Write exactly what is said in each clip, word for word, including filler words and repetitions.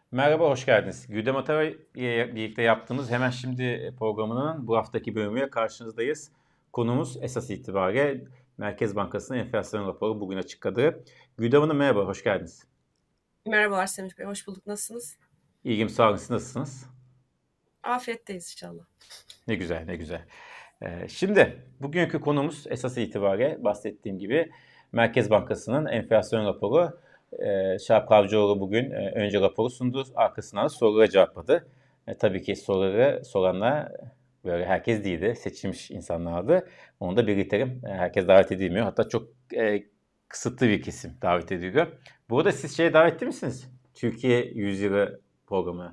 Merhaba, hoş geldiniz. Güldem Atay ile birlikte yaptığımız Hemen Şimdi programının bu haftaki bölümüyle karşınızdayız. Konumuz esas itibariyle Merkez Bankası'nın enflasyon raporu bugün açıkladı. Güldem Hanım merhaba, hoş geldiniz. Merhabalar Semih Bey, hoş bulduk. Nasılsınız? İyiyim, sağ olun, siz nasılsınız? Afiyetteyiz inşallah. Ne güzel, ne güzel. Ee, şimdi bugünkü konumuz esas itibariyle bahsettiğim gibi Merkez Bankası'nın enflasyon raporu. Ee, Şahap Kavcıoğlu bugün e, önce raporu sundu, arkasından da sorulara cevapladı. E, tabii ki soruları soranlar böyle herkes değildi, seçilmiş insanlardı. Onu da belirtelim. E, herkes davet edilmiyor. Hatta çok e, kısıtlı bir kesim davet ediliyor. Bu arada siz şeye davetli misiniz? Türkiye Yüzyılı programına.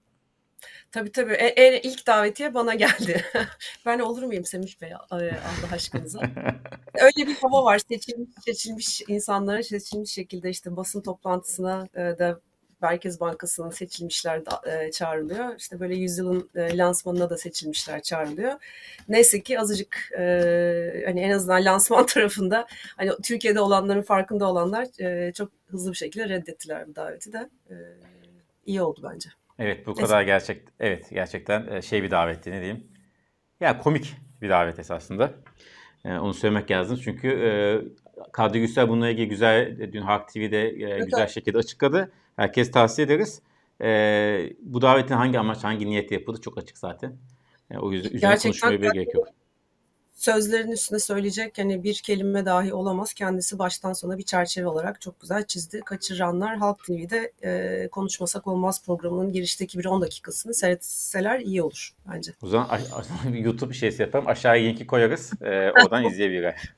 Tabii tabii. E, e, ilk davetiye bana geldi. Ben olur muyum Semih Bey, e, Allah aşkınıza? Öyle bir hava var. Seçilmiş, seçilmiş insanlara seçilmiş şekilde işte basın toplantısına e, da Merkez Bankası'nın seçilmişler da, e, çağrılıyor. İşte böyle yüzyılın e, lansmanına da seçilmişler çağrılıyor. Neyse ki azıcık e, hani en azından lansman tarafında hani Türkiye'de olanların farkında olanlar e, çok hızlı bir şekilde reddettiler bu daveti de. E, iyi oldu bence. Evet, bu Neyse. kadar gerçek evet gerçekten e, şey bir davetti, ne diyeyim. Ya komik bir davet esasında. E, onu söylemek lazım. Çünkü e, Kadri Gürsel bununla ilgili güzel, e, dün Halk T V'de e, Evet, güzel şekilde açıkladı. Herkes tavsiye ederiz. E, bu davetin hangi amaç, hangi niyetle yapıldı çok açık zaten. E, o yüzden üzerine gerçekten konuşmaya bile gerek yok. sözlerin üstüne söyleyecek hani bir kelime dahi olamaz. Kendisi baştan sona bir çerçeve olarak çok güzel çizdi. Kaçıranlar Halk T V'de e, Konuşmasak Olmaz programının girişteki bir on dakikasını seyretseler iyi olur bence. O zaman a- a- YouTube şeysi yapalım. Aşağıya linki koyarız. E, oradan izleyebilirler.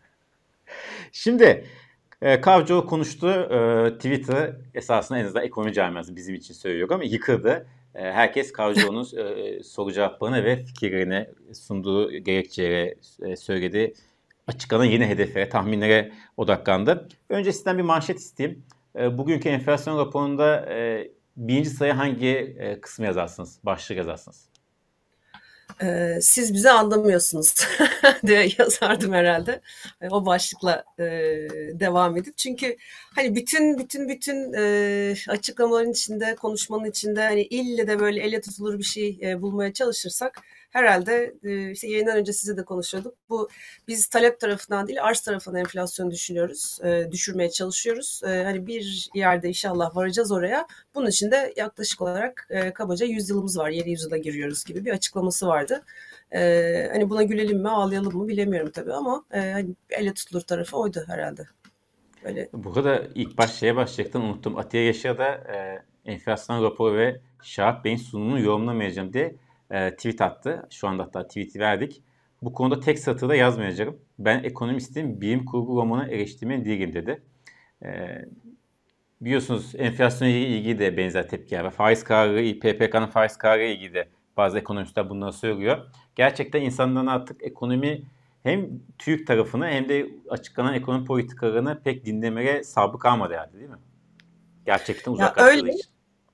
Şimdi e, Kavcıoğlu konuştu. E, Twitter esasında en azından ekonomi camiası bizim için söylüyor ama yıkıldı. E, herkes Kavcıoğlu'nun e, soru cevaplarına ve fikirlerine sunduğu gerekçelere e, söylediği açıklanan yeni hedeflere, tahminlere odaklandı. Önce sizden bir manşet isteyeyim. E, bugünkü enflasyon raporunda e, birinci sayı hangi e, kısmı yazarsınız? Başlık yazarsınız. Ee, siz bizi anlamıyorsunuz diye yazardım herhalde. E, o başlıkla e, devam edip. Çünkü hani bütün bütün bütün e, açıklamaların içinde, konuşmanın içinde hani ille de böyle elle tutulur bir şey e, bulmaya çalışırsak herhalde e, işte yayından önce size de konuşuyorduk. Bu biz talep tarafından değil arz tarafından enflasyonu düşünüyoruz, e, düşürmeye çalışıyoruz. E, hani bir yerde inşallah varacağız oraya. Bunun için de yaklaşık olarak e, kabaca yüz yılımız var, yeni yüzyıla giriyoruz gibi bir açıklaması vardı. E, hani buna gülelim mi, ağlayalım mı bilemiyorum tabii ama e, hani elle tutulur tarafı oydu herhalde. Böyle. Burada ilk baş şeye başlayacaktım, unuttum. Atiye Yaşar'a da e, enflasyon raporu ve Şahap Bey'in sunumunu yorumlamayacağım diye e, tweet attı. Şu anda hatta tweet'i verdik. Bu konuda tek satırda yazmayacağım. Ben ekonomistin bilim kurgu romanı eleştirmeni değilim dedi. E, biliyorsunuz enflasyona ilgili de benzer tepkiler var. Faiz kararı, P P K'nın faiz kararı ile ilgili de bazı ekonomistler bunları söylüyor. Gerçekten insanların artık ekonomi hem TÜİK tarafını hem de açıklanan ekonomi politikalarını pek dinlemeye sabrı kalmadı herhalde, değil mi? Gerçekten Ya öyle. uzaklaştırdığı için.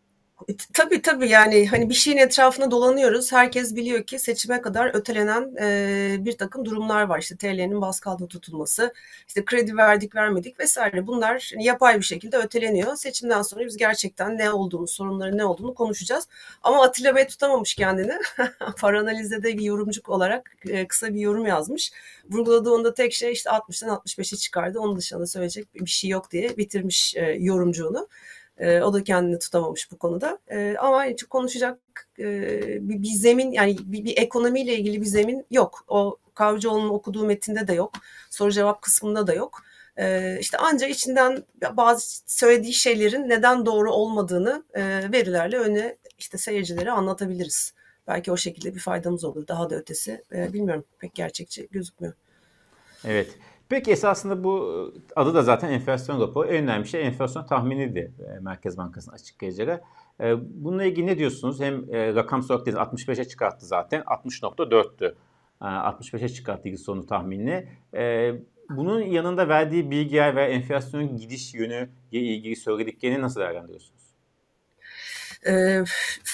E, Tabii tabii yani hani bir şeyin etrafında dolanıyoruz. Herkes biliyor ki seçime kadar ötelenen e, bir takım durumlar var. İşte T L'nin baskı altında tutulması, işte kredi verdik vermedik vesaire. Bunlar hani yapay bir şekilde öteleniyor. Seçimden sonra biz gerçekten ne olduğunu, sorunların ne olduğunu konuşacağız. Ama Atilla Bey tutamamış kendini. Paranalizde de bir yorumcuk olarak e, kısa bir yorum yazmış. Vurguladığı onda tek şey işte altmıştan altmış beşe çıkardı. Onun dışında söyleyecek bir şey yok diye bitirmiş e, yorumcuğunu. E, o da kendini tutamamış bu konuda. E, ama hiç konuşacak e, bir, bir zemin yani bir, bir ekonomiyle ilgili bir zemin yok. O Kavcıoğlu'nun okuduğu metinde de yok. Soru cevap kısmında da yok. E, işte ancak içinden bazı söylediği şeylerin neden doğru olmadığını e, verilerle öne işte seyircilere anlatabiliriz. Belki o şekilde bir faydamız olur. Daha da ötesi e, bilmiyorum. Pek gerçekçi gözükmüyor. Evet. Peki esasında bu adı da zaten enflasyon raporu. En önemli şey enflasyon tahminiydi e, Merkez Bankası'nın açıklayacağı. E, bununla ilgili ne diyorsunuz? Hem e, rakamsal olarak dediniz, altmış beşe çıkarttı zaten. altmış nokta dörttü. E, altmış beşe çıkarttı yıl sonu tahminini. E, bunun yanında verdiği bilgiler ve enflasyonun gidiş yönü ile ilgili söylediklerini nasıl değerlendiriyorsunuz? E,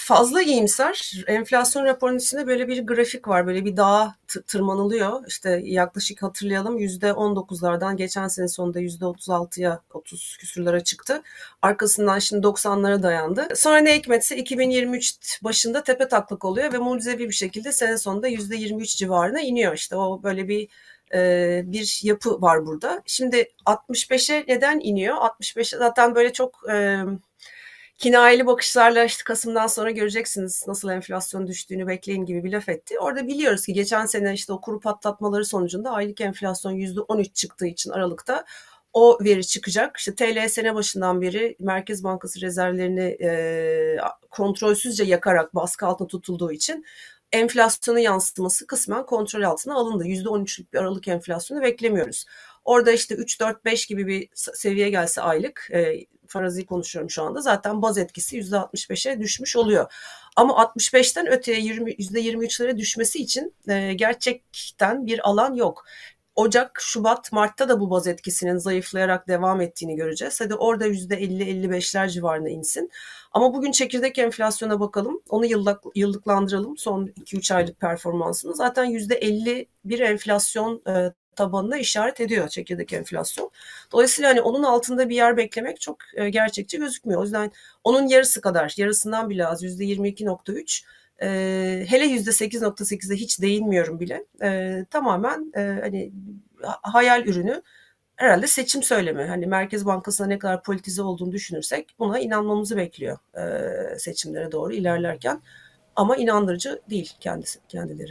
fazla iyimser. Enflasyon raporunun üstünde böyle bir grafik var. Böyle bir dağa t- tırmanılıyor. İşte yaklaşık hatırlayalım yüzde on dokuzlardan geçen sene sonunda yüzde otuz altıya otuz küsürlere çıktı. Arkasından şimdi doksanlara dayandı. Sonra ne hikmetse iki bin yirmi üç başında tepe taklak oluyor ve mucizevi bir şekilde sene sonunda yüzde yirmi üç civarına iniyor. İşte o böyle bir e, bir yapı var burada. Şimdi altmış beşe neden iniyor? altmış beşe zaten böyle çok e, kinayeli bakışlarla işte Kasım'dan sonra göreceksiniz nasıl enflasyon düştüğünü bekleyin gibi bir laf etti. Orada biliyoruz ki geçen sene işte o kuru patlatmaları sonucunda aylık enflasyon yüzde on üç çıktığı için Aralık'ta o veri çıkacak. İşte T L sene başından beri Merkez Bankası rezervlerini e, kontrolsüzce yakarak baskı altında tutulduğu için enflasyonun yansıtması kısmen kontrol altına alındı. yüzde on üçlük bir Aralık enflasyonu beklemiyoruz. Orada işte üç dört beş gibi bir seviye gelse aylık, e, farazi konuşuyorum şu anda, zaten baz etkisi yüzde altmış beşe düşmüş oluyor. Ama altmış beşten öteye yüzde yirmi üçlere düşmesi için e, gerçekten bir alan yok. Ocak, Şubat, Mart'ta da bu baz etkisinin zayıflayarak devam ettiğini göreceğiz. Hadi orada yüzde elli elli beşler civarına insin. Ama bugün çekirdek enflasyona bakalım. Onu yıllık, yıllıklandıralım. Son iki üç aylık performansını. Zaten yüzde elli bir enflasyon e, tabanına işaret ediyor çekirdek enflasyon. Dolayısıyla hani onun altında bir yer beklemek çok e, gerçekçi gözükmüyor. O yüzden onun yarısı kadar, yarısından bile az yüzde yirmi iki nokta üç. E, hele yüzde sekiz nokta sekize hiç değinmiyorum bile. E, tamamen e, hani hayal ürünü. Herhalde seçim söylemi. Hani Merkez Bankası'na ne kadar politize olduğunu düşünürsek buna inanmamızı bekliyor e, seçimlere doğru ilerlerken. Ama inandırıcı değil kendisi, kendileri.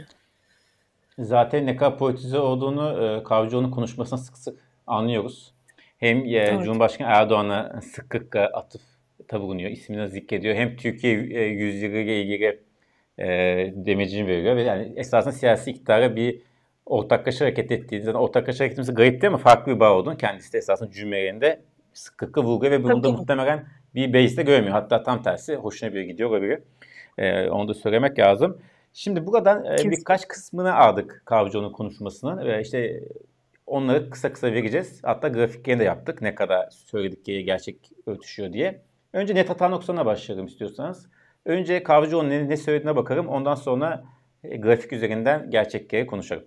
Zaten ne kadar politize olduğunu e, Kavcıoğlu'nun konuşmasına sık sık anlıyoruz. Hem e, evet. Cumhurbaşkanı Erdoğan'a sıklıkla atıfta bulunuyor, ismini zikrediyor. Hem Türkiye e, yüzyılı ile ilgili e, demecini veriyor. Ve yani esasında siyasi iktidara bir ortaklaşa hareket ettiği, zaten ortaklaşa hareket etmesi garip değil ama farklı bir bağ olduğunu kendisi de esasında cümlelerinde sıklıkla vurguluyor ve bunu da muhtemelen bir base'de görmüyor. Hatta tam tersi hoşuna bir gidiyor olabilir. E, onu da söylemek lazım. Şimdi buradan e, birkaç kısmını aldık Kavcıoğlu'nun konuşmasının ve işte onları kısa kısa vereceğiz. Hatta grafiklerini de yaptık ne kadar söyledikleri gerçek örtüşüyor diye. Önce net hata noktasına başlayalım istiyorsanız. Önce Kavcıoğlu'nun ne, ne söylediğine bakalım. Ondan sonra e, grafik üzerinden gerçekleri konuşalım.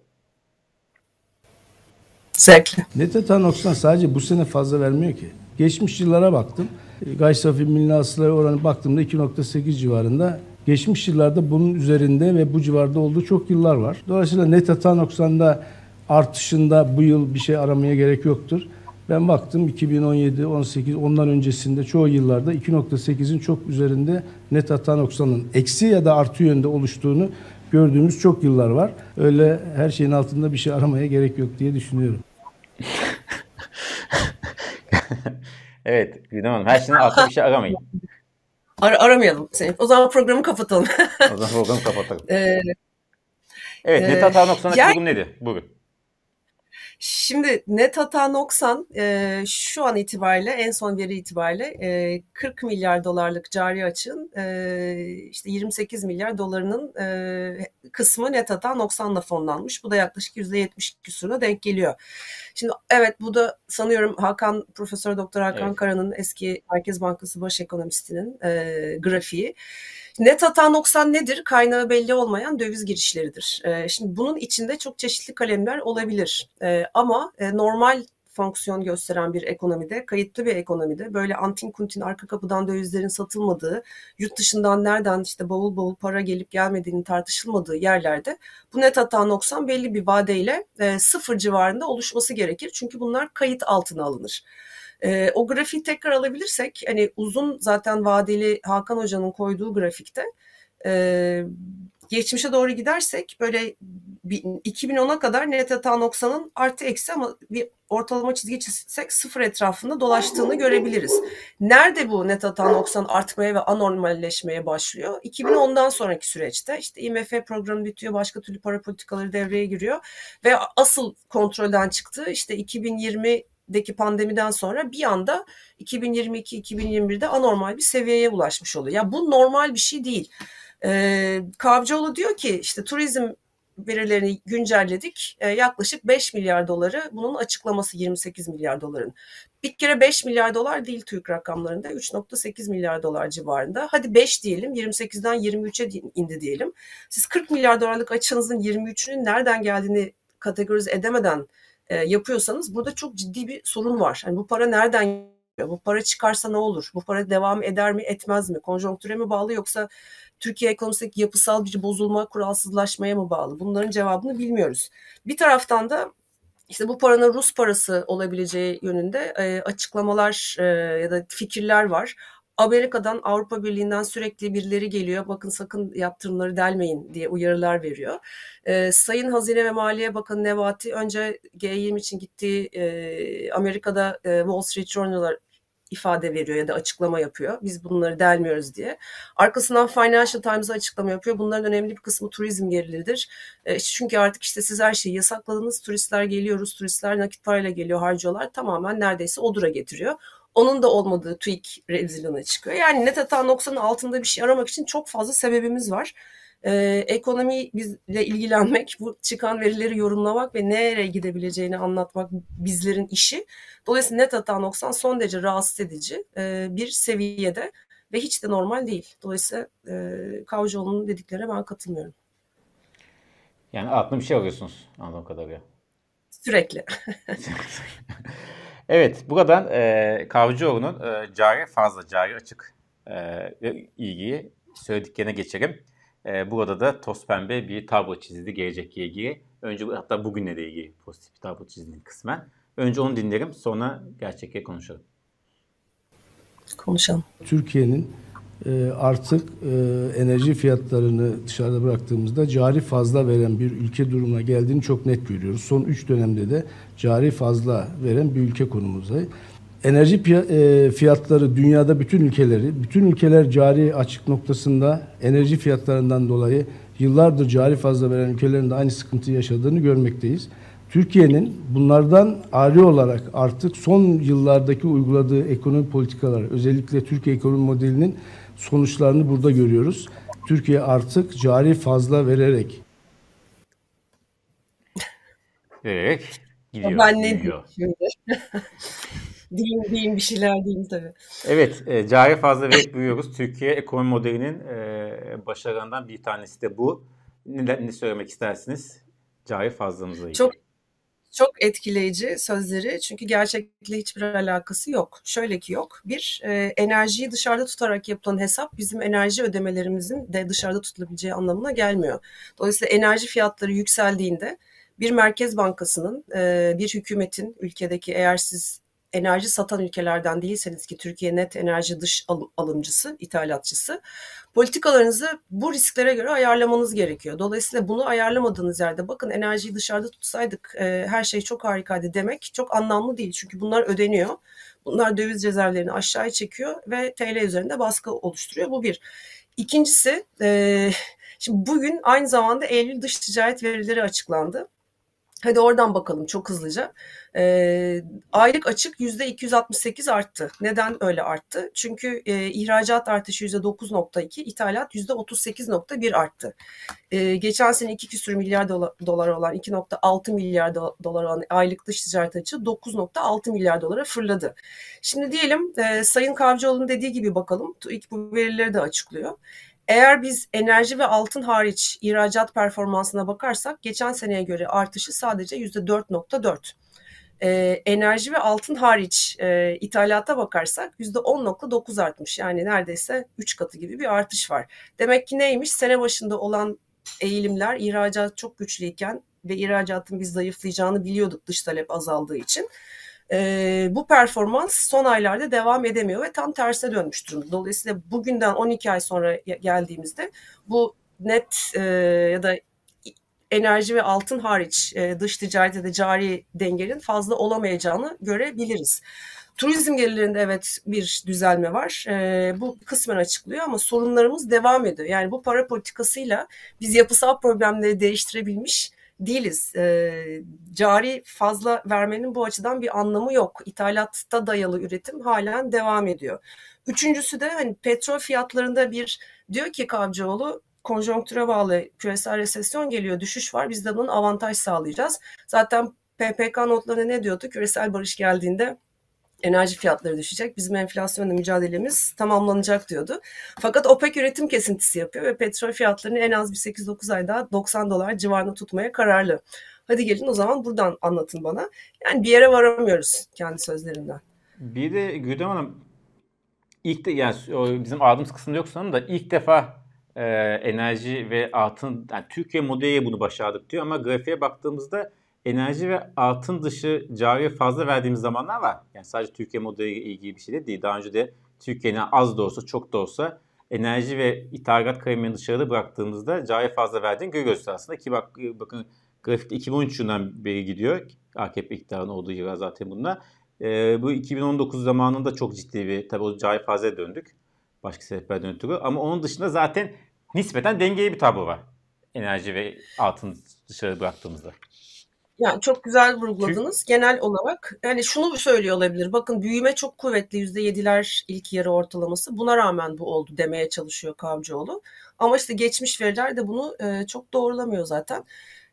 Zevkli. Net hata noktasına sadece bu sene fazla vermiyor ki. Geçmiş yıllara baktım. Gayri safi milli hasılaya oranı baktığımda iki nokta sekiz civarında. Geçmiş yıllarda bunun üzerinde ve bu civarda olduğu çok yıllar var. Dolayısıyla net hata noktasında artışında bu yıl bir şey aramaya gerek yoktur. Ben baktım iki bin on yedi on sekiz ondan öncesinde çoğu yıllarda iki nokta sekizin çok üzerinde net hata noksanının eksi ya da artı yönde oluştuğunu gördüğümüz çok yıllar var. Öyle her şeyin altında bir şey aramaya gerek yok diye düşünüyorum. Evet, Güdem Hanım, her şeyin altında bir şey aramayın. Ar- aramayalım seni. O zaman programı kapatalım. O zaman programı kapatalım. ee, evet, net hata noksanındaki yani, durum nedir? Buyurun. Şimdi net hata noksan e, şu an itibariyle, en son veri itibariyle e, kırk milyar dolarlık cari açığın e, işte yirmi sekiz milyar dolarının e, kısmı net hata noksanla fonlanmış. Bu da yaklaşık yüzde yetmiş küsuruna denk geliyor. Şimdi evet, bu da sanıyorum Hakan, Profesör Doktor Hakan evet. Kara'nın, eski Merkez Bankası baş ekonomistinin e, grafiği. Net hata noksan nedir? Kaynağı belli olmayan döviz girişleridir. E, şimdi bunun içinde çok çeşitli kalemler olabilir. E, ama e, normal fonksiyon gösteren bir ekonomide, kayıtlı bir ekonomide, böyle antin kuntin arka kapıdan dövizlerin satılmadığı, yurt dışından nereden işte bavul bavul para gelip gelmediğini tartışılmadığı yerlerde bu net hata noksan belli bir vadeyle e, sıfır civarında oluşması gerekir. Çünkü bunlar kayıt altına alınır. E, o grafiği tekrar alabilirsek, hani uzun zaten vadeli Hakan Hoca'nın koyduğu grafikte e, geçmişe doğru gidersek böyle iki bin ona kadar net hata noksanın artı eksi ama bir ortalama çizgi çizsek sıfır etrafında dolaştığını görebiliriz. Nerede bu net hata noksan artmaya ve anormalleşmeye başlıyor? iki bin ondan sonraki süreçte işte I M F programı bitiyor, başka türlü para politikaları devreye giriyor ve asıl kontrolden çıktığı işte iki bin yirmideki pandemiden sonra bir anda iki bin yirmi iki iki bin yirmi birde anormal bir seviyeye ulaşmış oluyor. Ya bu normal bir şey değil. Ee, Kavcıoğlu diyor ki işte turizm verilerini güncelledik. E, yaklaşık beş milyar doları bunun açıklaması yirmi sekiz milyar doların. Bir kere beş milyar dolar değil TÜİK rakamlarında, üç virgül sekiz milyar dolar civarında. Hadi beş diyelim, yirmi sekizden yirmi üçe indi diyelim. Siz kırk milyar dolarlık açığınızın yirmi üçünün nereden geldiğini kategorize edemeden e, yapıyorsanız burada çok ciddi bir sorun var. Yani bu para nereden geliyor? Bu para çıkarsa ne olur? Bu para devam eder mi, etmez mi? Konjonktüre mi bağlı, yoksa Türkiye ekonomisindeki yapısal bir bozulma, kuralsızlaşmaya mı bağlı? Bunların cevabını bilmiyoruz. Bir taraftan da İşte bu paranın Rus parası olabileceği yönünde e, açıklamalar e, ya da fikirler var. Amerika'dan, Avrupa Birliği'nden sürekli birileri geliyor. Bakın sakın yaptırımları delmeyin diye uyarılar veriyor. E, Sayın Hazine ve Maliye Bakanı Nebati önce G yirmi için gittiği e, Amerika'da e, Wall Street Journal'a ifade veriyor ya da açıklama yapıyor. Biz bunları delmiyoruz diye. Arkasından Financial Times'a açıklama yapıyor. Bunların önemli bir kısmı turizm geliridir. E, çünkü artık işte siz her şeyi yasakladınız. Turistler geliyor, Rus turistler nakit parayla geliyor, harcıyorlar. Tamamen neredeyse odura getiriyor. Onun da olmadığı TÜİK revizyonuna çıkıyor. Yani net hata noksanın altında bir şey aramak için çok fazla sebebimiz var. Ee, ekonomi bizle ilgilenmek, bu çıkan verileri yorumlamak ve nereye gidebileceğini anlatmak bizlerin işi. Dolayısıyla net hata noksan son derece rahatsız edici e, bir seviyede ve hiç de normal değil. Dolayısıyla e, Kavcıoğlu'nun dediklerine ben katılmıyorum. Yani altına bir şey alıyorsunuz anladığım kadarıyla. Sürekli. Evet, buradan e, Kavcıoğlu'nun e, cari fazla, cari açık e, ilgili söylediklerine geçelim. E, burada da toz pembe bir tablo çizildi gelecekle ilgili. Önce hatta bugünle de ilgili pozitif bir tablo çizildi kısmen. Önce onu dinlerim, sonra gerçekleri konuşalım. Konuşalım. Türkiye'nin e, artık e, enerji fiyatlarını dışarıda bıraktığımızda cari fazla veren bir ülke durumuna geldiğini çok net görüyoruz. Son üç dönemde de cari fazla veren bir ülke konumundayız. Enerji fiyatları dünyada bütün ülkeleri, bütün ülkeler cari açık noktasında enerji fiyatlarından dolayı yıllardır cari fazla veren ülkelerin de aynı sıkıntı yaşadığını görmekteyiz. Türkiye'nin bunlardan ayrı olarak artık son yıllardaki uyguladığı ekonomi politikalar, özellikle Türkiye ekonomi modelinin sonuçlarını burada görüyoruz. Türkiye artık cari fazla vererek vererek gidiyor. Ben ne diyeyim şimdi? Diyeyim, diyeyim bir şeyler diyeyim tabii. Evet, e, cari fazla vererek büyüyoruz. Türkiye ekonomi modelinin e, başarılarından bir tanesi de bu. Ne, ne söylemek istersiniz cari fazlamızla ilgili? Çok çok etkileyici sözleri, çünkü gerçekle hiçbir alakası yok. Şöyle ki yok. Bir, e, enerjiyi dışarıda tutarak yapılan hesap bizim enerji ödemelerimizin de dışarıda tutulabileceği anlamına gelmiyor. Dolayısıyla enerji fiyatları yükseldiğinde bir merkez bankasının, e, bir hükümetin ülkedeki, eğer siz enerji satan ülkelerden değilseniz ki Türkiye net enerji dış alım, alımcısı, ithalatçısı, politikalarınızı bu risklere göre ayarlamanız gerekiyor. Dolayısıyla bunu ayarlamadığınız yerde bakın enerjiyi dışarıda tutsaydık e, her şey çok harikaydı demek çok anlamlı değil. Çünkü bunlar ödeniyor. Bunlar döviz rezervlerini aşağıya çekiyor ve T L üzerinde baskı oluşturuyor. Bu bir. İkincisi, e, şimdi bugün aynı zamanda Eylül dış ticaret verileri açıklandı. Hadi oradan bakalım çok hızlıca. E, aylık açık yüzde iki yüz altmış sekiz arttı. Neden öyle arttı? Çünkü e, ihracat artışı yüzde dokuz virgül iki, ithalat yüzde otuz sekiz virgül bir arttı. E, geçen sene iki küsur milyar dolar, dolar olan, iki virgül altı milyar do, dolar olan aylık dış ticaret açığı dokuz virgül altı milyar dolara fırladı. Şimdi diyelim e, Sayın Kavcıoğlu'nun dediği gibi bakalım. TÜİK bu verileri de açıklıyor. Eğer biz enerji ve altın hariç ihracat performansına bakarsak geçen seneye göre artışı sadece yüzde dört virgül dört. Ee, enerji ve altın hariç e, ithalata bakarsak yüzde on virgül dokuz artmış. Yani neredeyse üç katı gibi bir artış var. Demek ki neymiş? Sene başında olan eğilimler, ihracat çok güçlüyken ve ihracatın biz zayıflayacağını biliyorduk dış talep azaldığı için. E, bu performans son aylarda devam edemiyor ve tam tersine dönmüş durumda. Dolayısıyla bugünden on iki ay sonra geldiğimizde bu net e, ya da enerji ve altın hariç e, dış ticarette de cari dengenin fazla olamayacağını görebiliriz. Turizm gelirlerinde evet bir düzelme var. E, bu kısmen açıklıyor ama sorunlarımız devam ediyor. Yani bu para politikasıyla biz yapısal problemleri değiştirebilmiş değiliz. E, cari fazla vermenin bu açıdan bir anlamı yok. İthalatta dayalı üretim halen devam ediyor. Üçüncüsü de hani petrol fiyatlarında bir diyor ki Kavcıoğlu konjonktüre bağlı küresel resesyon geliyor, düşüş var. Biz de bunun avantaj sağlayacağız. Zaten P P K notları ne diyordu? Küresel barış geldiğinde enerji fiyatları düşecek. Bizim enflasyonla mücadelemiz tamamlanacak diyordu. Fakat OPEC üretim kesintisi yapıyor ve petrol fiyatlarını en az bir sekiz dokuz ay daha doksan dolar civarında tutmaya kararlı. Hadi gelin o zaman buradan anlatın bana. Yani bir yere varamıyoruz kendi sözlerinden. Bir de Güldem Hanım, ilk de yani bizim aldığımız kısımda yok sanırım da ilk defa e, enerji ve altın, yani Türkiye modeliyle bunu başardık diyor ama grafiğe baktığımızda enerji ve altın dışı cariye fazla verdiğimiz zamanlar var. Yani sadece Türkiye modeliyle ilgili bir şey de değil. Daha önce de Türkiye'nin az da olsa çok da olsa enerji ve ithalat kalemini dışarıda bıraktığımızda cariye fazla verdiğini görüyoruz aslında. Ki bak, bakın grafikte iki bin on üç yılından beri gidiyor. A K P iktidarının olduğu yıllar zaten bunlar. Ee, bu iki bin on dokuz zamanında çok ciddi bir, tabii o cari fazlaya döndük. Başka sebeplerden ötürü. Ama onun dışında zaten nispeten dengeli bir tablo var. Enerji ve altın dışarı bıraktığımızda. Yani çok güzel vurguladınız. Genel olarak yani şunu söylüyor olabilir. Bakın büyüme çok kuvvetli, yüzde yediler ilk yarı ortalaması. Buna rağmen bu oldu demeye çalışıyor Kavcıoğlu. Ama işte geçmiş veriler de bunu e, çok doğrulamıyor zaten.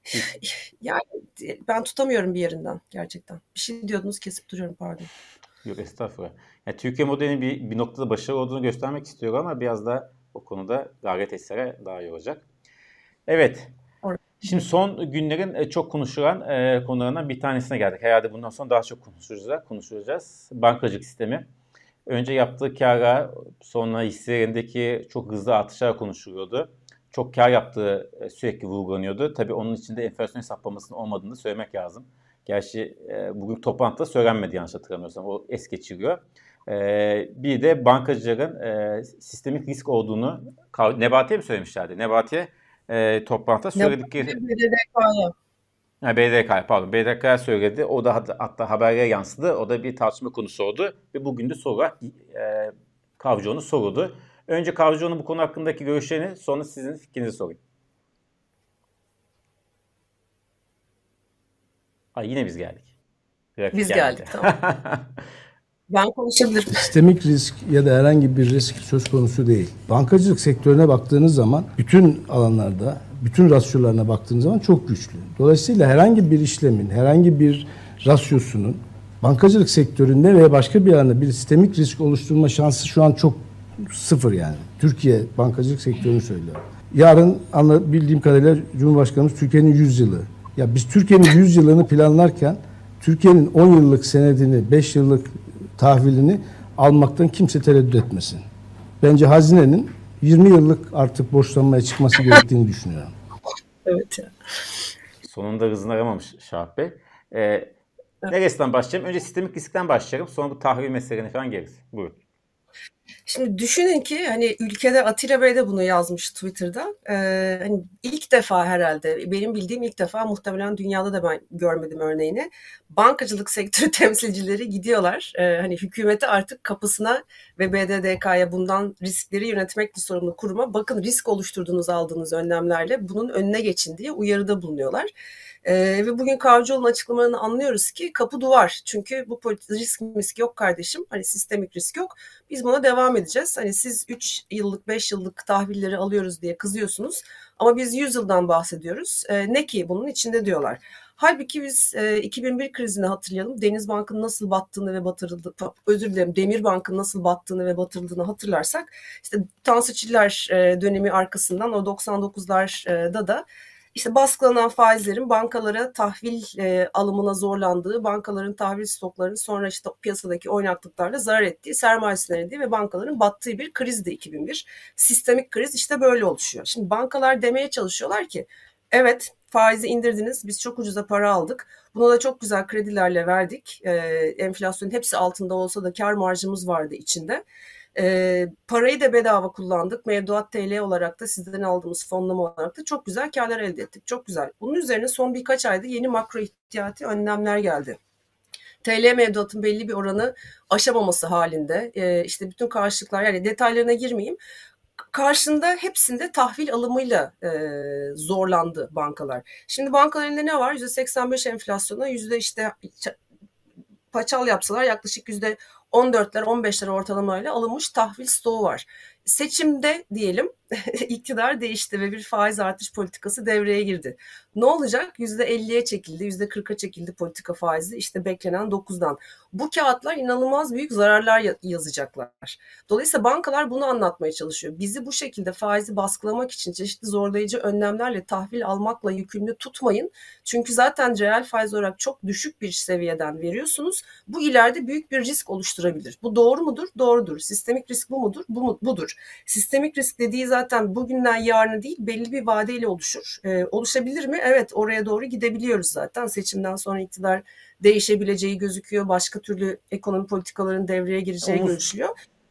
Yani ben tutamıyorum bir yerinden gerçekten. Bir şey diyordunuz, kesip duruyorum, pardon. Yok estağfurullah. Yani Türkiye modelinin bir, bir noktada başarılı olduğunu göstermek istiyor ama biraz da o konuda gayret etse daha iyi olacak. Evet. Şimdi son günlerin çok konuşulan e, konularından bir tanesine geldik. Herhalde bundan sonra daha çok konuşacağız. konuşacağız. Bankacılık sistemi. Önce yaptığı kâra, sonra hisselerindeki çok hızlı artışlar konuşuluyordu. Çok kar yaptığı sürekli vurgulanıyordu. Tabii onun içinde enflasyon hesaplamasının olmadığını söylemek lazım. Gerçi e, bugün toplantıda söylenmedi yanlış hatırlamıyorsam. O es geçiliyor. E, bir de bankacıların e, sistemik risk olduğunu Nebati'ye mi söylemişlerdi? Nebati'ye e, toplantıda söyledikleri... B D D K'ya. Ha, B D D K pardon. B D D K'ya söyledi. O da hatta haberlere yansıdı. O da bir tartışma konusu oldu. Ve bugün de soru e, Kavcıoğlu'nun soruldu. Önce Kavcıoğlu'nun bu konu hakkındaki görüşlerini, sonra sizin fikrinizi sorayım. Ay yine biz geldik. Grafik biz geldik, geldik tamam. Ben konuşabilirim. Sistemik risk ya da herhangi bir risk söz konusu değil. Bankacılık sektörüne baktığınız zaman bütün alanlarda, bütün rasyolarına baktığınız zaman çok güçlü. Dolayısıyla herhangi bir işlemin, herhangi bir rasyosunun bankacılık sektöründe veya başka bir alanda bir sistemik risk oluşturma şansı şu an çok sıfır yani. Türkiye bankacılık sektörünü söylüyorum. Yarın bildiğim kadarıyla Cumhurbaşkanımız Türkiye'nin yüz yılı. Ya biz Türkiye'nin yüz yılını planlarken Türkiye'nin on yıllık senedini, beş yıllık tahvilini almaktan kimse tereddüt etmesin. Bence hazinenin yirmi yıllık artık borçlanmaya çıkması gerektiğini düşünüyorum. Evet ya. Sonunda hızını aramamış Şahap Bey. Ee, neresinden başlayalım? Önce sistemik riskten başlayalım. Sonra bu tahvil meselelerini falan geliriz. Buyurun. Şimdi düşünün ki hani ülkede Atilla Bey de bunu yazmış Twitter'da. Ee, hani ilk defa herhalde benim bildiğim ilk defa, muhtemelen dünyada da ben görmedim örneğini. Bankacılık sektörü temsilcileri gidiyorlar. Ee, hani hükümeti artık kapısına ve B D D K'ya, bundan riskleri yönetmekle sorumlu kuruma, bakın risk oluşturduğunuz aldığınız önlemlerle bunun önüne geçin diye uyarıda bulunuyorlar. Ee, ve bugün Kavcıoğlu'nun açıklamalarını anlıyoruz ki kapı duvar. Çünkü bu risk risk yok kardeşim. Hani sistemik risk yok. Biz buna devam edeceğiz. Hani siz üç yıllık, beş yıllık tahvilleri alıyoruz diye kızıyorsunuz. Ama biz yüz yıldan bahsediyoruz. Ee, ne ki bunun içinde diyorlar. Halbuki biz e, iki bin bir krizini hatırlayalım. Denizbank'ın nasıl battığını ve batırıldı, özür dilerim, Demirbank'ın nasıl battığını ve batırıldığını hatırlarsak, işte Tansu Çiller e, dönemi arkasından o doksan dokuzlarda da İşte baskılanan faizlerin bankalara tahvil e, alımına zorlandığı, bankaların tahvil stoklarının sonra işte piyasadaki oynaklıklarla zarar ettiği, sermayesine erdiği ve bankaların battığı bir krizdi iki bin bir. Sistemik kriz işte böyle oluşuyor. Şimdi bankalar demeye çalışıyorlar ki evet, faizi indirdiniz, biz çok ucuza para aldık. Buna da çok güzel kredilerle verdik. E, enflasyonun hepsi altında olsa da kar marjımız vardı içinde. E, parayı da bedava kullandık. Mevduat T L olarak da sizden aldığımız fonlama olarak da çok güzel karlar elde ettik. Çok güzel. Bunun üzerine son birkaç ayda yeni makro ihtiyati önlemler geldi. T L mevduatın belli bir oranı aşamaması halinde e, işte bütün karşılıklar, yani detaylarına girmeyeyim, karşında hepsinde tahvil alımıyla e, zorlandı bankalar. Şimdi bankaların elinde ne var? yüzde seksen beş enflasyona, yüzde işte paçal yapsalar yaklaşık yüzde on dörtler on beşler ortalamayla alınmış tahvil stoğu var. seçimde diyelim iktidar değişti ve bir faiz artış politikası devreye girdi. Ne olacak? yüzde elliye çekildi, yüzde kırka çekildi politika faizi, işte beklenen dokuzdan. Bu kağıtlar inanılmaz büyük zararlar yazacaklar. Dolayısıyla bankalar bunu anlatmaya çalışıyor. Bizi bu şekilde faizi baskılamak için çeşitli zorlayıcı önlemlerle tahvil almakla yükümlü tutmayın. Çünkü zaten reel faiz olarak çok düşük bir seviyeden veriyorsunuz. Bu ileride büyük bir risk oluşturabilir. Bu doğru mudur? Doğrudur. Sistemik risk bu mudur? Bu mu? Budur. Sistemik risk dediği zaten bugünden yarına değil, belli bir vadeyle oluşur. Ee, oluşabilir mi? Evet, oraya doğru gidebiliyoruz zaten. Seçimden sonra iktidar değişebileceği gözüküyor. Başka türlü ekonomi politikaların devreye gireceği Umut, görüşülüyor.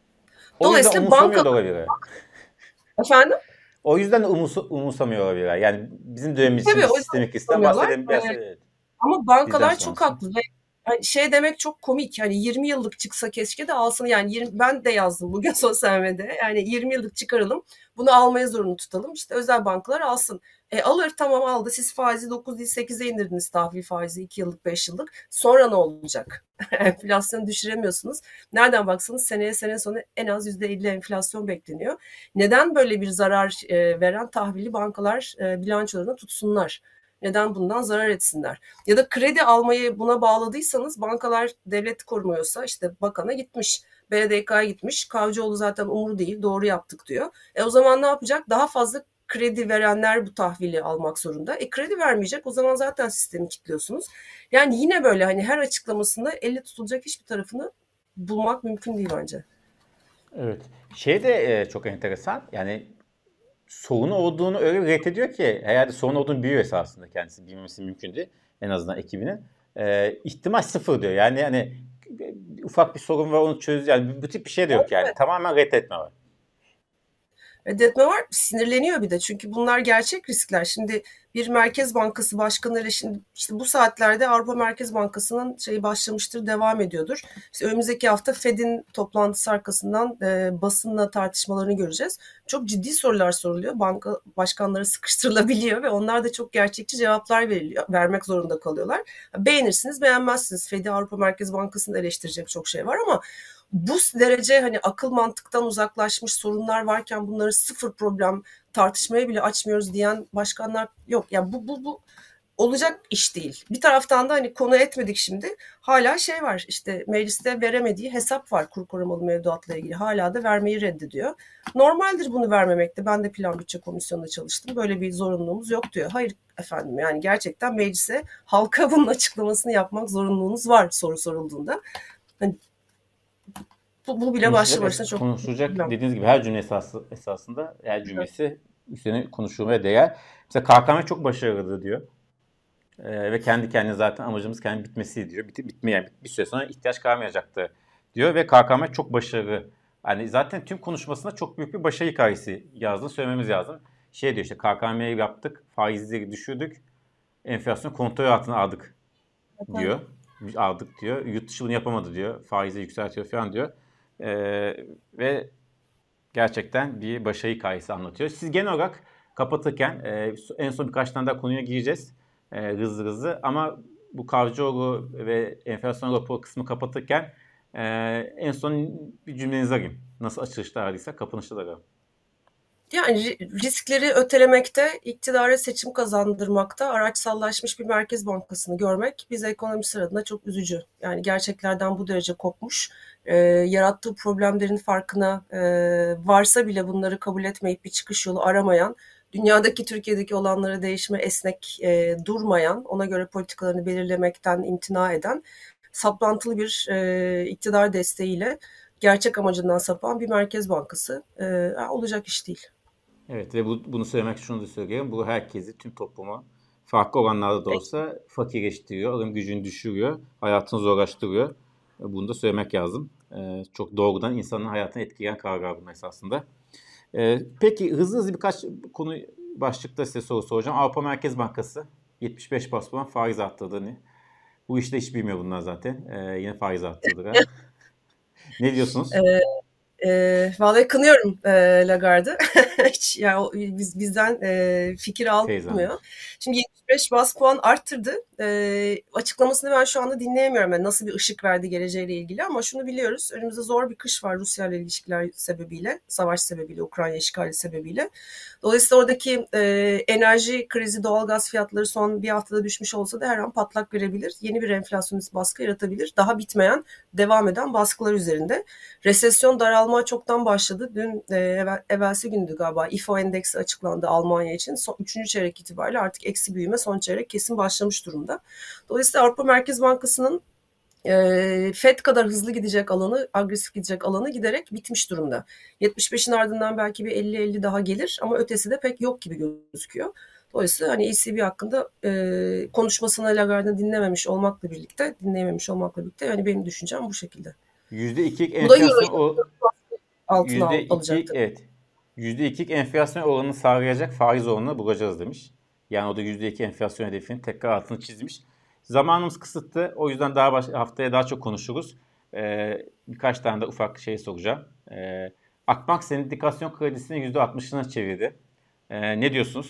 o yüzden umursamıyor da olabilir. Efendim? O yüzden de umursa, umursamıyor olabilir. Yani bizim dönemimiz için sistemik riskten bahsedelim. Evet. Ama bankalar çok haklı ve şey demek çok komik. Yani yirmi yıllık çıksa keşke de alsın. Yani yirmi, ben de yazdım bugün sosyal medyada. Yani yirmi yıllık çıkaralım. Bunu almaya zorunlu tutalım. İşte özel bankalar alsın. E alır, tamam, aldı. Siz faizi dokuz değil sekize indirdiniz, tahvil faizi iki yıllık beş yıllık. Sonra ne olacak? Enflasyonu düşüremiyorsunuz. Nereden baksanız seneye sene sonu en az yüzde elli enflasyon bekleniyor. Neden böyle bir zarar e, veren tahvili bankalar e, bilançolarına tutsunlar? Neden bundan zarar etsinler? Ya da kredi almayı buna bağladıysanız, bankalar devlet korumuyorsa, işte bakana gitmiş, B D K'ya gitmiş, Kavcıoğlu zaten umur değil, doğru yaptık diyor. E o zaman ne yapacak? Daha fazla kredi verenler bu tahvili almak zorunda. E kredi vermeyecek, o zaman zaten sistemi kilitliyorsunuz. Yani yine böyle hani her açıklamasında elle tutulacak hiçbir tarafını bulmak mümkün değil bence. Evet. Şey de e, çok enteresan. Yani sorun olduğunu öyle reddediyor ki, herhalde sorun olduğunu biliyor esasında kendisi, bilmesi mümkün değil. En azından ekibinin. E, ihtimal sıfır diyor. Yani hani ufak bir sorun var, onu çöz. Yani bu tip bir şey de yok yani. Evet. Tamamen reddetme var. Reddetme var. Sinirleniyor bir de. Çünkü bunlar gerçek riskler. Şimdi bir Merkez Bankası başkanıyla şimdi işte bu saatlerde Avrupa Merkez Bankası'nın şeyi başlamıştır, devam ediyordur. İşte önümüzdeki hafta Fed'in toplantısı arkasından e, basınla tartışmalarını göreceğiz. Çok ciddi sorular soruluyor. Banka başkanları sıkıştırılabiliyor ve onlar da çok gerçekçi cevaplar veriliyor, vermek zorunda kalıyorlar. Beğenirsiniz, beğenmezsiniz. Fed'i, Avrupa Merkez Bankası'nı eleştirecek çok şey var ama bu derece hani akıl mantıktan uzaklaşmış sorunlar varken bunları sıfır problem tartışmaya bile açmıyoruz diyen başkanlar yok. Yani bu bu bu olacak iş değil. Bir taraftan da hani konu etmedik şimdi. Hala şey var, işte mecliste veremediği hesap var kur korumalı mevduatla ilgili. Hala da vermeyi reddediyor. Normaldir bunu vermemekte. Ben de Plan Bütçe Komisyonu'nda çalıştım. Böyle bir zorunluluğumuz yok diyor. Hayır efendim, yani gerçekten meclise halka bunun açıklamasını yapmak zorunluluğunuz var soru sorulduğunda. Hani Bu, bu bile başlı başına çok... Konuşulacak dediğiniz gibi her cümle esası, esasında her cümlesi evet. Üstüne konuşulmaya değer. Mesela K K M çok başarılı diyor. Ee, ve kendi kendine zaten amacımız kendi bitmesi diyor. Bit, bitmeyen bir süre sonra ihtiyaç kalmayacaktı diyor ve K K M çok başarılı. Yani zaten tüm konuşmasında çok büyük bir başarı hikayesi yazdığını söylememiz lazım. Şey diyor, işte K K M'yi yaptık, faizleri düşürdük, enflasyon kontrol altına aldık diyor. Evet. Aldık diyor. Yurt dışı bunu yapamadı diyor. Faizi yükseltiyor falan diyor. Ee, ve gerçekten bir başarı hikayesi anlatıyor. Siz genel olarak kapatırken e, en son birkaç tane daha konuya gireceğiz e, hızlı hızlı, ama bu Kavcıoğlu ve enflasyon raporu kısmı kapatırken e, en son bir cümlenizi alayım. Nasıl açılışta aradıysa kapanışta da alalım. Yani riskleri ötelemekte, iktidara seçim kazandırmakta araçsallaşmış bir Merkez Bankası'nı görmek bize ekonomistler adına çok üzücü. Yani gerçeklerden bu derece kopmuş, e, yarattığı problemlerin farkına e, varsa bile bunları kabul etmeyip bir çıkış yolu aramayan, dünyadaki, Türkiye'deki olanlara değişme esnek e, durmayan, ona göre politikalarını belirlemekten imtina eden, saplantılı bir e, iktidar desteğiyle gerçek amacından sapan bir Merkez Bankası e, olacak iş değil. Evet, ve bu, bunu söylemek şunu da söyleyeyim. Bu herkesi, tüm toplumu farklı oranlarda da olsa fakirleştiriyor, alım gücünü düşürüyor, hayatını zorlaştırıyor. Bunu da söylemek lazım. Ee, çok doğrudan insanın hayatını etkileyen kararlar bunlar esasında. Ee, peki hızlı hızlı birkaç konu başlıkta size soru soracağım. Avrupa Merkez Bankası yetmiş beş bas puan faiz arttırdı. Bu işte hiç bilmiyor bunlar zaten. Ee, yine faiz arttırdı. Ne diyorsunuz? Evet. E, vallahi kınıyorum e, Lagarde'ı. Hiç, yani biz bizden e, fikir almıyor. Şimdi beş bas puan arttırdı. E, açıklamasını ben şu anda dinleyemiyorum. Yani nasıl bir ışık verdi geleceğiyle ilgili ama şunu biliyoruz. Önümüzde zor bir kış var Rusya ile ilişkiler sebebiyle, savaş sebebiyle, Ukrayna işgali sebebiyle. Dolayısıyla oradaki e, enerji krizi, doğalgaz fiyatları son bir haftada düşmüş olsa da her an patlak verebilir. Yeni bir enflasyonist baskı yaratabilir. Daha bitmeyen, devam eden baskılar üzerinde. Resesyon, daralma çoktan başladı. Dün e, evvel, evvelsi gündü galiba İ F O endeksi açıklandı Almanya için. Son, üçüncü çeyrek itibariyle artık eksi büyüme son çeyrek kesin başlamış durumda. Dolayısıyla Avrupa Merkez Bankası'nın e, Fed kadar hızlı gidecek alanı, agresif gidecek alanı giderek bitmiş durumda. yetmiş beşin ardından belki bir elli elli daha gelir ama ötesi de pek yok gibi gözüküyor. Dolayısıyla hani E C B hakkında e, konuşmasını Lagarde'ın dinlememiş olmakla birlikte, dinleyememiş olmakla birlikte yani benim düşüncem bu şekilde. yüzde ikilik Bu da enflasyon Euro'yu o altına yüzde iki alacaktır. evet. yüzde ikilik enflasyon oranını sağlayacak faiz oranını bulacağız demiş. Yani o da yüzde iki enflasyon hedefinin tekrar altını çizmiş. Zamanımız kısıtlı. O yüzden daha baş, haftaya daha çok konuşuruz. Ee, birkaç tane de ufak şey soracağım. Ee, Akbank sendikasyon kredisini yüzde altmışına çevirdi. Ee, ne diyorsunuz?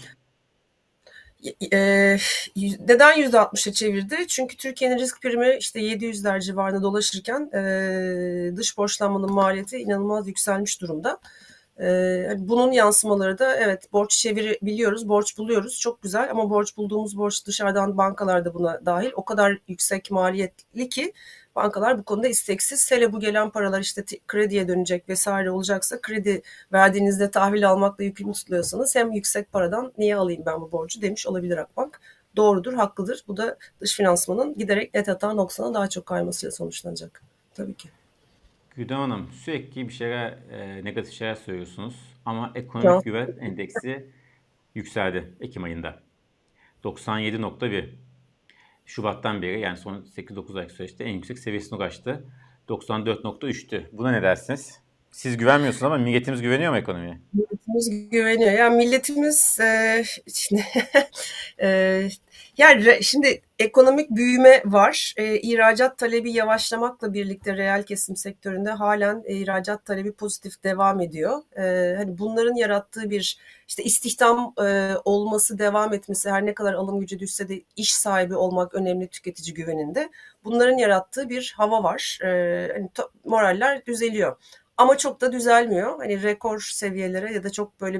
E, neden yüzde altmışa çevirdi? Çünkü Türkiye'nin risk primi işte yedi yüzler civarında dolaşırken e, dış borçlanmanın maliyeti inanılmaz yükselmiş durumda. Ee, bunun yansımaları da evet borç çevirebiliyoruz, borç buluyoruz çok güzel ama borç bulduğumuz borç dışarıdan bankalar da buna dahil o kadar yüksek maliyetli ki bankalar bu konuda isteksiz. Hele bu gelen paralar işte krediye dönecek vesaire olacaksa kredi verdiğinizde tahvil almakla yükümlü tutuluyorsanız hem yüksek paradan niye alayım ben bu borcu demiş olabilir Akbank. Doğrudur, haklıdır. Bu da dış finansmanın giderek net hata noksana daha çok kaymasıyla sonuçlanacak. Tabii ki. Güdem Hanım sürekli bir şeyler, e, negatif şeyler söylüyorsunuz ama Ya, ekonomik güven endeksi yükseldi Ekim ayında. doksan yedi nokta bir. Şubattan beri yani son sekiz dokuz aylık süreçte en yüksek seviyesine ulaştı. doksan dört nokta üçtü. Buna ne dersiniz? Siz güvenmiyorsunuz ama milletimiz güveniyor mu ekonomiye? milletimiz güveniyor. Yani milletimiz e, şimdi, e, yani re- şimdi ekonomik büyüme var. E, ihracat talebi yavaşlamakla birlikte reel kesim sektöründe halen e, ihracat talebi pozitif devam ediyor. E, hani bunların yarattığı bir işte istihdam e, olması devam etmesi her ne kadar alım gücü düşse de iş sahibi olmak önemli tüketici güveninde. Bunların yarattığı bir hava var. E, hani to- moraller düzeliyor. Ama çok da düzelmiyor. Hani rekor seviyelere ya da çok böyle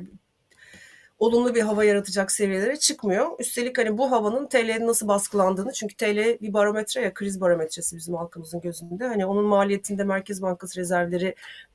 olumlu bir hava yaratacak seviyelere çıkmıyor. Üstelik hani bu havanın T L'nin nasıl baskılandığını çünkü T L bir barometre ya kriz barometresi bizim halkımızın gözünde. Hani onun maliyetinde Merkez Bankası rezervleri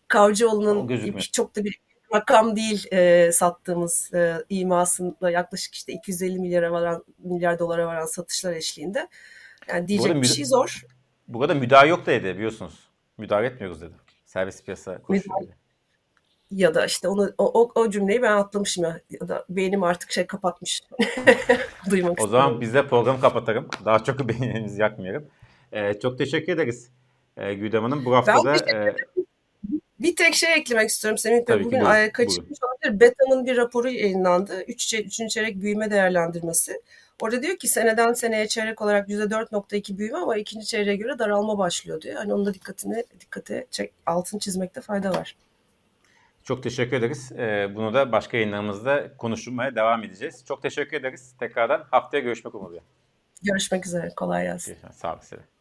O Kavcıoğlu'nun gözükmüyor. çok da bir rakam değil e, sattığımız e, imasında yaklaşık işte iki yüz elli milyara varan milyar dolara varan satışlar eşliğinde. Yani Bu diyecek arada, bir müda- şey zor. bu arada müdahale yok da dedi biliyorsunuz. Müdahale etmiyoruz dedi. Serbest piyasa koşuyor dedi. Ya da işte onu o, o, o cümleyi ben atlamışım ya. Ya da beynim artık şey kapatmış. Duymak O istemiyorum. zaman biz de programı kapatalım. Daha çok beynimizi yakmayalım. Ee, çok teşekkür ederiz ee, Güdem Hanım. Bu hafta Ben da bir, e, bir tek şey eklemek istiyorum Semih Bey. tabii ki Bugün buyurun. ay, buyurun. kaçırmış olabilir. Betam'ın bir raporu yayınlandı. Üç, üçüncü çeyrek büyüme değerlendirmesi. Orada diyor ki seneden seneye çeyrek olarak yüzde dört nokta iki büyüme ama ikinci çeyreğe göre daralma başlıyor diyor. Hani onun da dikkatini dikkate çek, altını çizmekte fayda var. Çok teşekkür ederiz. Ee, bunu da başka yayınlarımızda konuşmaya devam edeceğiz. Çok teşekkür ederiz. Tekrardan haftaya görüşmek umuduyla. Görüşmek üzere. Kolay gelsin. Sağ olun size.